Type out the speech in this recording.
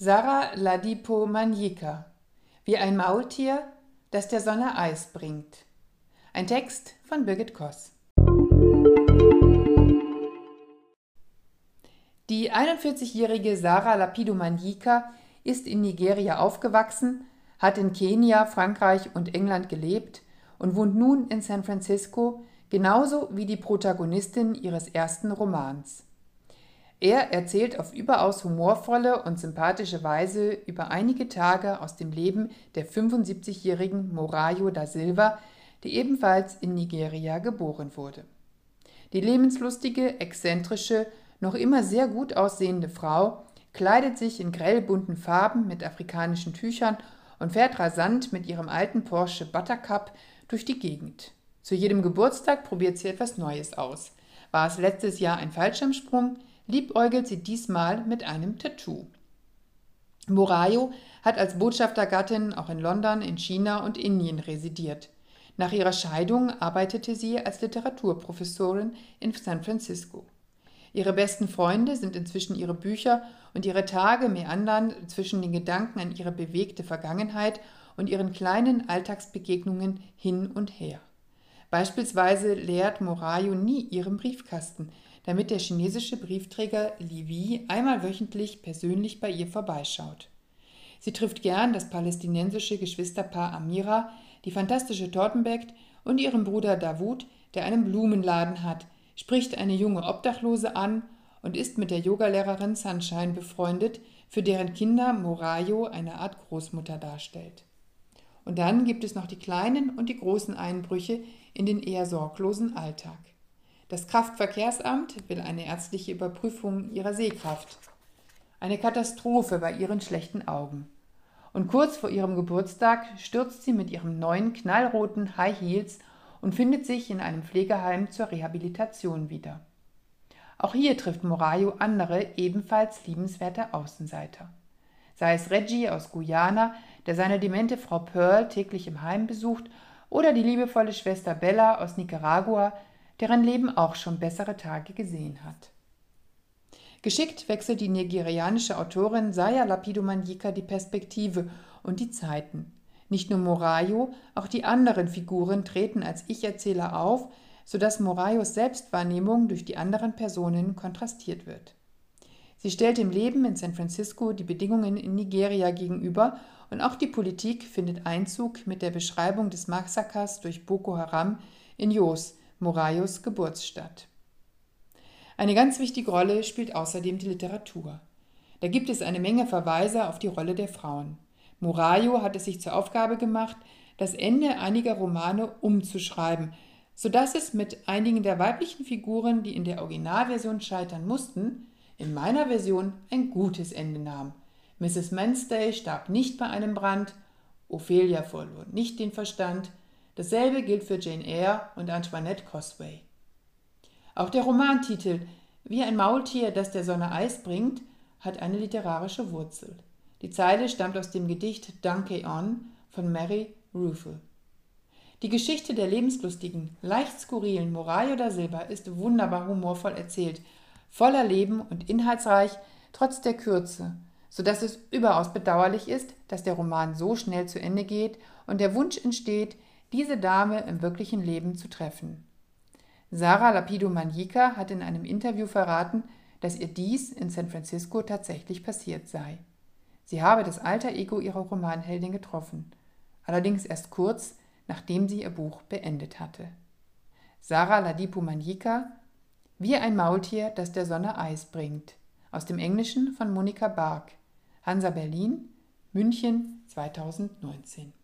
Sarah Ladipo-Manjika, wie ein Maultier, das der Sonne Eis bringt. Ein Text von Birgit Koss. Die 41-jährige Sarah Ladipo-Manjika ist in Nigeria aufgewachsen, hat in Kenia, Frankreich und England gelebt und wohnt nun in San Francisco, genauso wie die Protagonistin ihres ersten Romans. Er erzählt auf überaus humorvolle und sympathische Weise über einige Tage aus dem Leben der 75-jährigen Morayo da Silva, die ebenfalls in Nigeria geboren wurde. Die lebenslustige, exzentrische, noch immer sehr gut aussehende Frau kleidet sich in grellbunten Farben mit afrikanischen Tüchern und fährt rasant mit ihrem alten Porsche Buttercup durch die Gegend. Zu jedem Geburtstag probiert sie etwas Neues aus. War es letztes Jahr ein Fallschirmsprung, liebäugelt sie diesmal mit einem Tattoo. Morayo hat als Botschaftergattin auch in London, in China und Indien residiert. Nach ihrer Scheidung arbeitete sie als Literaturprofessorin in San Francisco. Ihre besten Freunde sind inzwischen ihre Bücher und ihre Tage meandern zwischen den Gedanken an ihre bewegte Vergangenheit und ihren kleinen Alltagsbegegnungen hin und her. Beispielsweise leert Morayo nie ihren Briefkasten, damit der chinesische Briefträger Li Wei einmal wöchentlich persönlich bei ihr vorbeischaut. Sie trifft gern das palästinensische Geschwisterpaar Amira, die fantastische Torten bäckt, und ihren Bruder Davut, der einen Blumenladen hat, spricht eine junge Obdachlose an und ist mit der Yogalehrerin Sunshine befreundet, für deren Kinder Morayo eine Art Großmutter darstellt. Und dann gibt es noch die kleinen und die großen Einbrüche in den eher sorglosen Alltag. Das Kraftverkehrsamt will eine ärztliche Überprüfung ihrer Sehkraft. Eine Katastrophe bei ihren schlechten Augen. Und kurz vor ihrem Geburtstag stürzt sie mit ihrem neuen knallroten High Heels und findet sich in einem Pflegeheim zur Rehabilitation wieder. Auch hier trifft Morayo andere, ebenfalls liebenswerte Außenseiter. Sei es Reggie aus Guyana, der seine demente Frau Pearl täglich im Heim besucht, oder die liebevolle Schwester Bella aus Nicaragua, deren Leben auch schon bessere Tage gesehen hat. Geschickt wechselt die nigerianische Autorin Sarah Ladipo-Manjika die Perspektive und die Zeiten. Nicht nur Morayo, auch die anderen Figuren treten als Ich-Erzähler auf, sodass Morayos Selbstwahrnehmung durch die anderen Personen kontrastiert wird. Sie stellt dem Leben in San Francisco die Bedingungen in Nigeria gegenüber und auch die Politik findet Einzug mit der Beschreibung des Massakers durch Boko Haram in Jos, Morayos Geburtsstadt. Eine ganz wichtige Rolle spielt außerdem die Literatur. Da gibt es eine Menge Verweise auf die Rolle der Frauen. Morayo hat es sich zur Aufgabe gemacht, das Ende einiger Romane umzuschreiben, sodass es mit einigen der weiblichen Figuren, die in der Originalversion scheitern mussten, in meiner Version ein gutes Ende nahm. Mrs. Manstey starb nicht bei einem Brand, Ophelia verlor nicht den Verstand, dasselbe gilt für Jane Eyre und Antoinette Cosway. Auch der Romantitel »Wie ein Maultier, das der Sonne Eis bringt« hat eine literarische Wurzel. Die Zeile stammt aus dem Gedicht Donkey On von Mary Ruefle. Die Geschichte der lebenslustigen, leicht skurrilen Morayo da Silva ist wunderbar humorvoll erzählt, voller Leben und inhaltsreich, trotz der Kürze, sodass es überaus bedauerlich ist, dass der Roman so schnell zu Ende geht und der Wunsch entsteht, diese Dame im wirklichen Leben zu treffen. Sarah Ladipo-Manjika hat in einem Interview verraten, dass ihr dies in San Francisco tatsächlich passiert sei. Sie habe das Alter Ego ihrer Romanheldin getroffen, allerdings erst kurz, nachdem sie ihr Buch beendet hatte. Sarah Ladipo-Manjika, Wie ein Maultier, das der Sonne Eis bringt, aus dem Englischen von Monika Bark, Hansa Berlin, München 2019.